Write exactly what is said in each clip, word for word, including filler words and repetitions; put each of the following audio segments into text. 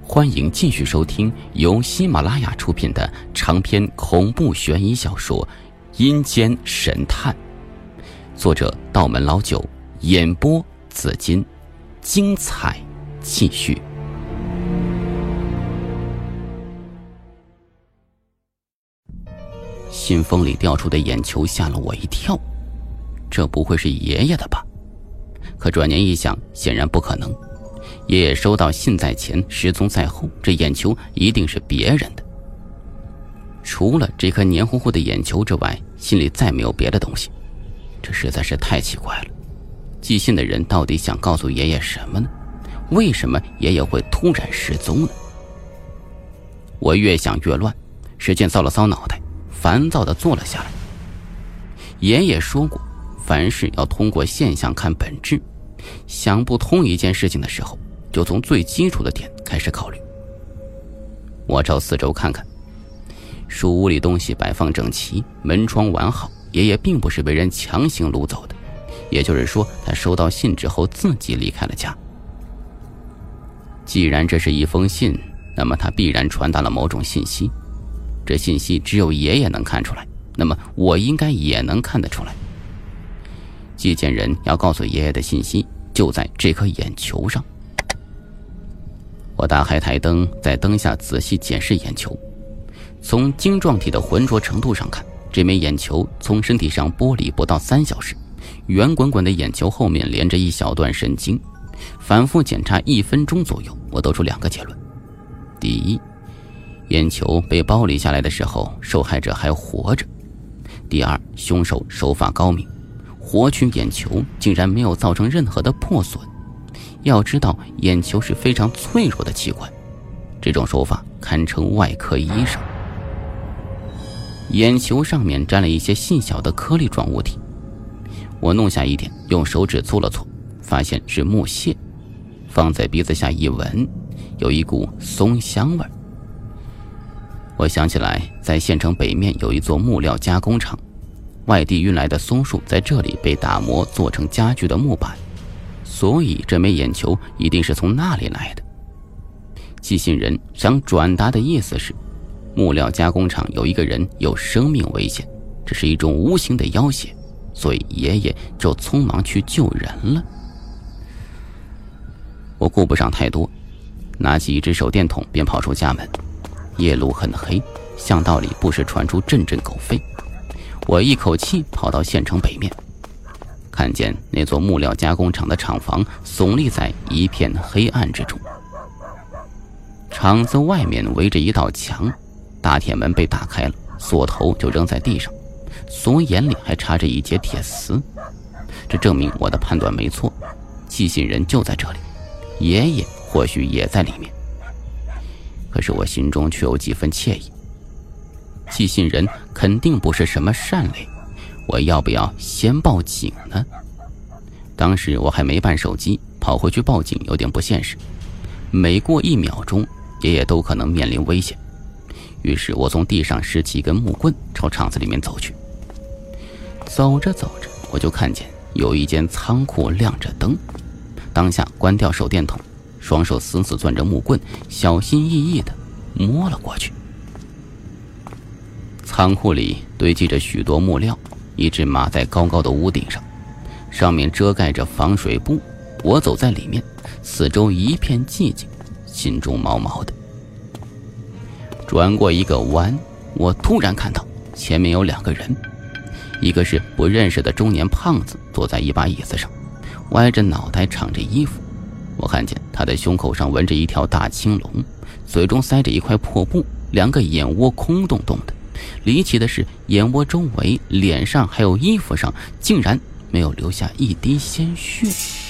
欢迎继续收听由喜马拉雅出品的长篇恐怖悬疑小说《阴间神探》，作者道门老九，演播紫金，精彩继续。信封里掉出的眼球吓了我一跳，这不会是爷爷的吧？可转念一想，显然不可能。爷爷收到信在前，失踪在后，这眼球一定是别人的。除了这颗黏糊糊的眼球之外，信里再没有别的东西，这实在是太奇怪了。寄信的人到底想告诉爷爷什么呢？为什么爷爷会突然失踪呢？我越想越乱，使劲搔了搔脑袋，烦躁地坐了下来。爷爷说过，凡事要通过现象看本质，想不通一件事情的时候，就从最基础的点开始考虑。我朝四周看看，书屋里东西摆放整齐，门窗完好，爷爷并不是被人强行掳走的，也就是说他收到信之后自己离开了家。既然这是一封信，那么他必然传达了某种信息，这信息只有爷爷能看出来，那么我应该也能看得出来。寄件人要告诉爷爷的信息就在这颗眼球上。我打开台灯，在灯下仔细检视眼球。从晶状体的浑浊程度上看，这枚眼球从身体上剥离不到三小时，圆滚滚的眼球后面连着一小段神经。反复检查一分钟左右，我得出两个结论。第一，眼球被剥离下来的时候，受害者还活着。第二，凶手手法高明，活取眼球竟然没有造成任何的破损。要知道，眼球是非常脆弱的器官，这种手法堪称外科医生。眼球上面沾了一些细小的颗粒状物体，我弄下一点，用手指搓了搓，发现是木屑，放在鼻子下一闻，有一股松香味。我想起来，在县城北面有一座木料加工厂，外地运来的松树在这里被打磨做成家具的木板，所以这枚眼球一定是从那里来的。寄信人想转达的意思是，木料加工厂有一个人有生命危险，这是一种无形的要挟，所以爷爷就匆忙去救人了。我顾不上太多，拿起一只手电筒便跑出家门。夜路很黑，巷道里不时传出阵阵狗吠。我一口气跑到县城北面，看见那座木料加工厂的厂房耸立在一片黑暗之中。厂子外面围着一道墙，大铁门被打开了，锁头就扔在地上，锁眼里还插着一节铁丝。这证明我的判断没错，寄信人就在这里，爷爷或许也在里面。可是我心中却有几分惬意，寄信人肯定不是什么善类，我要不要先报警呢？当时我还没办手机，跑回去报警有点不现实，每过一秒钟爷爷都可能面临危险。于是我从地上拾起一根木棍，朝厂子里面走去。走着走着，我就看见有一间仓库亮着灯，当下关掉手电筒，双手死死攥着木棍，小心翼翼地摸了过去。仓库里堆积着许多木料，一直码在高高的屋顶上，上面遮盖着防水布。我走在里面，四周一片寂静，心中毛毛的。转过一个弯，我突然看到前面有两个人，一个是不认识的中年胖子，坐在一把椅子上，歪着脑袋敞着衣服。我看见他的胸口上纹着一条大青龙，嘴中塞着一块破布，两个眼窝空洞洞的。离奇的是，眼窝周围、脸上还有衣服上竟然没有留下一滴鲜血。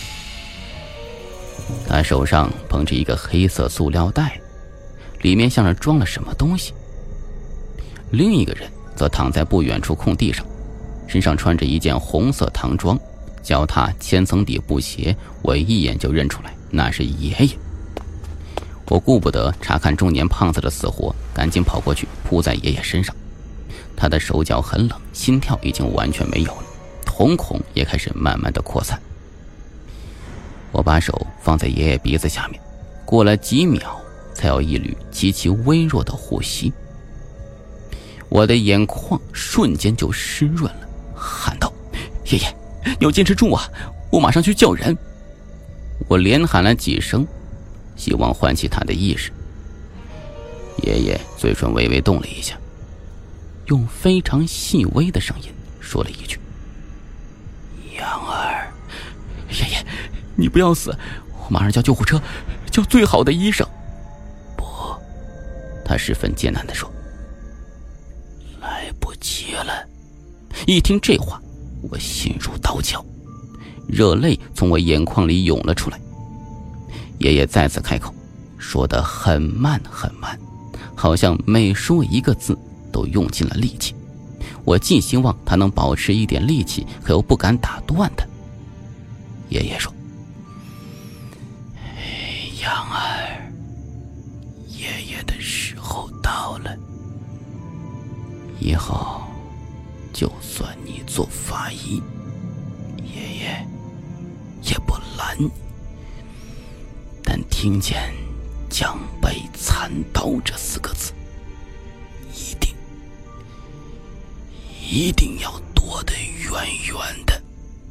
他手上捧着一个黑色塑料袋，里面像是装了什么东西。另一个人则躺在不远处空地上，身上穿着一件红色唐装，脚踏千层底布鞋，我一眼就认出来那是爷爷。我顾不得查看中年胖子的死活，赶紧跑过去扑在爷爷身上。他的手脚很冷，心跳已经完全没有了，瞳孔也开始慢慢的扩散。我把手放在爷爷鼻子下面，过了几秒， 才有一缕极其微弱的呼吸。我的眼眶瞬间就湿润了，喊道：爷爷，你要坚持住啊，我马上去叫人。我连喊了几声，希望唤起他的意识。爷爷嘴唇微微动了一下，用非常细微的声音说了一句：杨儿。爷爷，你不要死，我马上叫救护车，叫最好的医生。不，他十分艰难地说，来不及了。一听这话，我心如刀绞，热泪从我眼眶里涌了出来。爷爷再次开口，说得很慢很慢，好像每说一个字都用尽了力气。我既希望他能保持一点力气，可又不敢打断他。爷爷说：杨儿，爷爷的时候到了，以后就算你做法医，爷爷也不拦你，但听见江北残刀这四个字，一定一定要躲得远远的。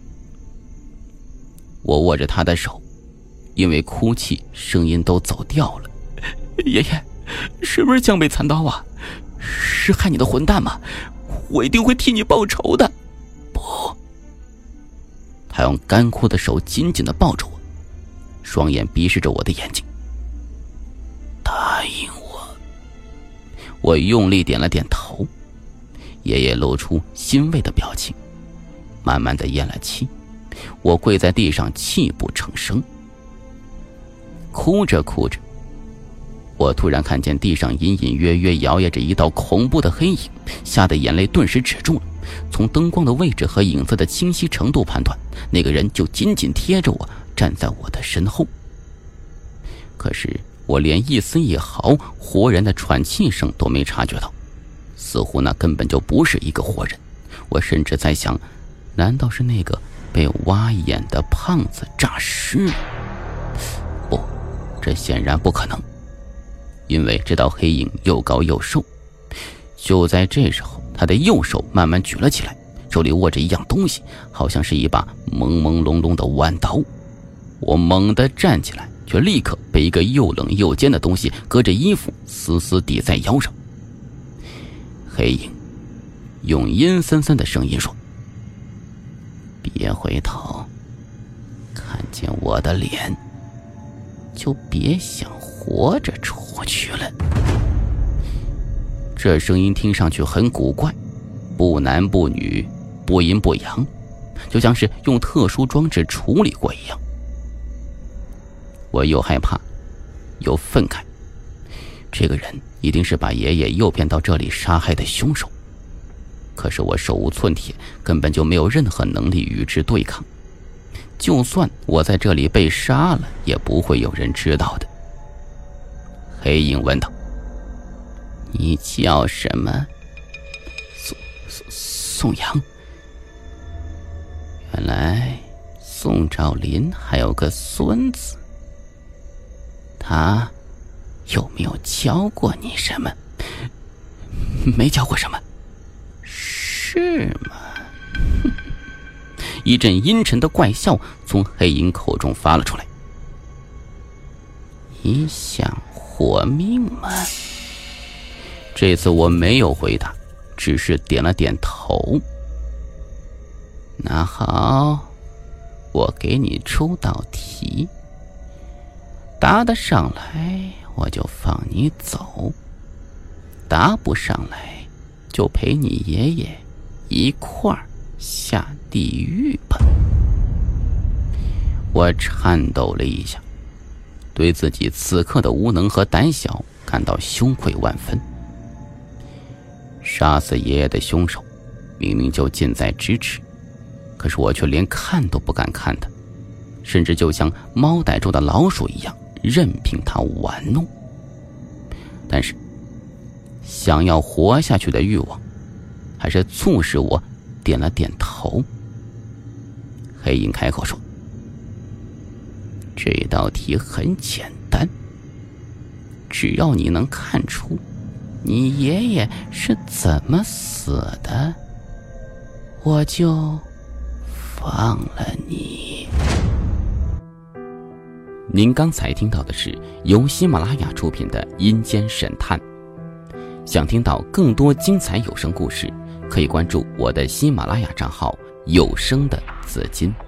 我握着他的手，因为哭泣声音都走掉了。爷爷，是不是江北残刀啊？是害你的混蛋吗？我一定会替你报仇的。不。他用干枯的手紧紧地抱着我，双眼逼视着我的眼睛。答应我。我用力点了点头。爷爷露出欣慰的表情，慢慢地咽了气。我跪在地上泣不成声。哭着哭着，我突然看见地上隐隐约约摇曳着一道恐怖的黑影，吓得眼泪顿时止住了。从灯光的位置和影子的清晰程度判断，那个人就紧紧贴着我，站在我的身后。可是我连一丝一毫活人的喘气声都没察觉到，似乎那根本就不是一个活人。我甚至在想，难道是那个被挖眼的胖子诈尸了？不，这显然不可能，因为这道黑影又高又瘦。就在这时候，他的右手慢慢举了起来，手里握着一样东西，好像是一把朦朦胧胧的弯刀。我猛地站起来，却立刻被一个又冷又尖的东西隔着衣服死死抵在腰上。黑影用阴森森的声音说：别回头，看见我的脸就别想活着出去了。这声音听上去很古怪，不男不女，不阴不阳，就像是用特殊装置处理过一样。我又害怕又愤慨，这个人一定是把爷爷诱骗到这里杀害的凶手。可是我手无寸铁，根本就没有任何能力与之对抗。就算我在这里被杀了，也不会有人知道的。黑影问道：你叫什么？宋宋宋阳。原来宋兆林还有个孙子，他有没有教过你什么？没教过什么。是吗？一阵阴沉的怪笑从黑影口中发了出来。你想活命吗？这次我没有回答，只是点了点头。那好，我给你出道题，答得上来我就放你走，答不上来就陪你爷爷一块儿下地狱吧。我颤抖了一下，对自己此刻的无能和胆小感到羞愧万分。杀死爷爷的凶手明明就近在咫尺，可是我却连看都不敢看他，甚至就像猫逮住的老鼠一样，任凭他玩弄。但是想要活下去的欲望还是促使我点了点头。黑影开口说：这道题很简单， 只要你能看出你爷爷是怎么死的，我就放了你。您刚才听到的是由喜马拉雅出品的《阴间神探》。想听到更多精彩有声故事，可以关注我的喜马拉雅账号有声的紫金。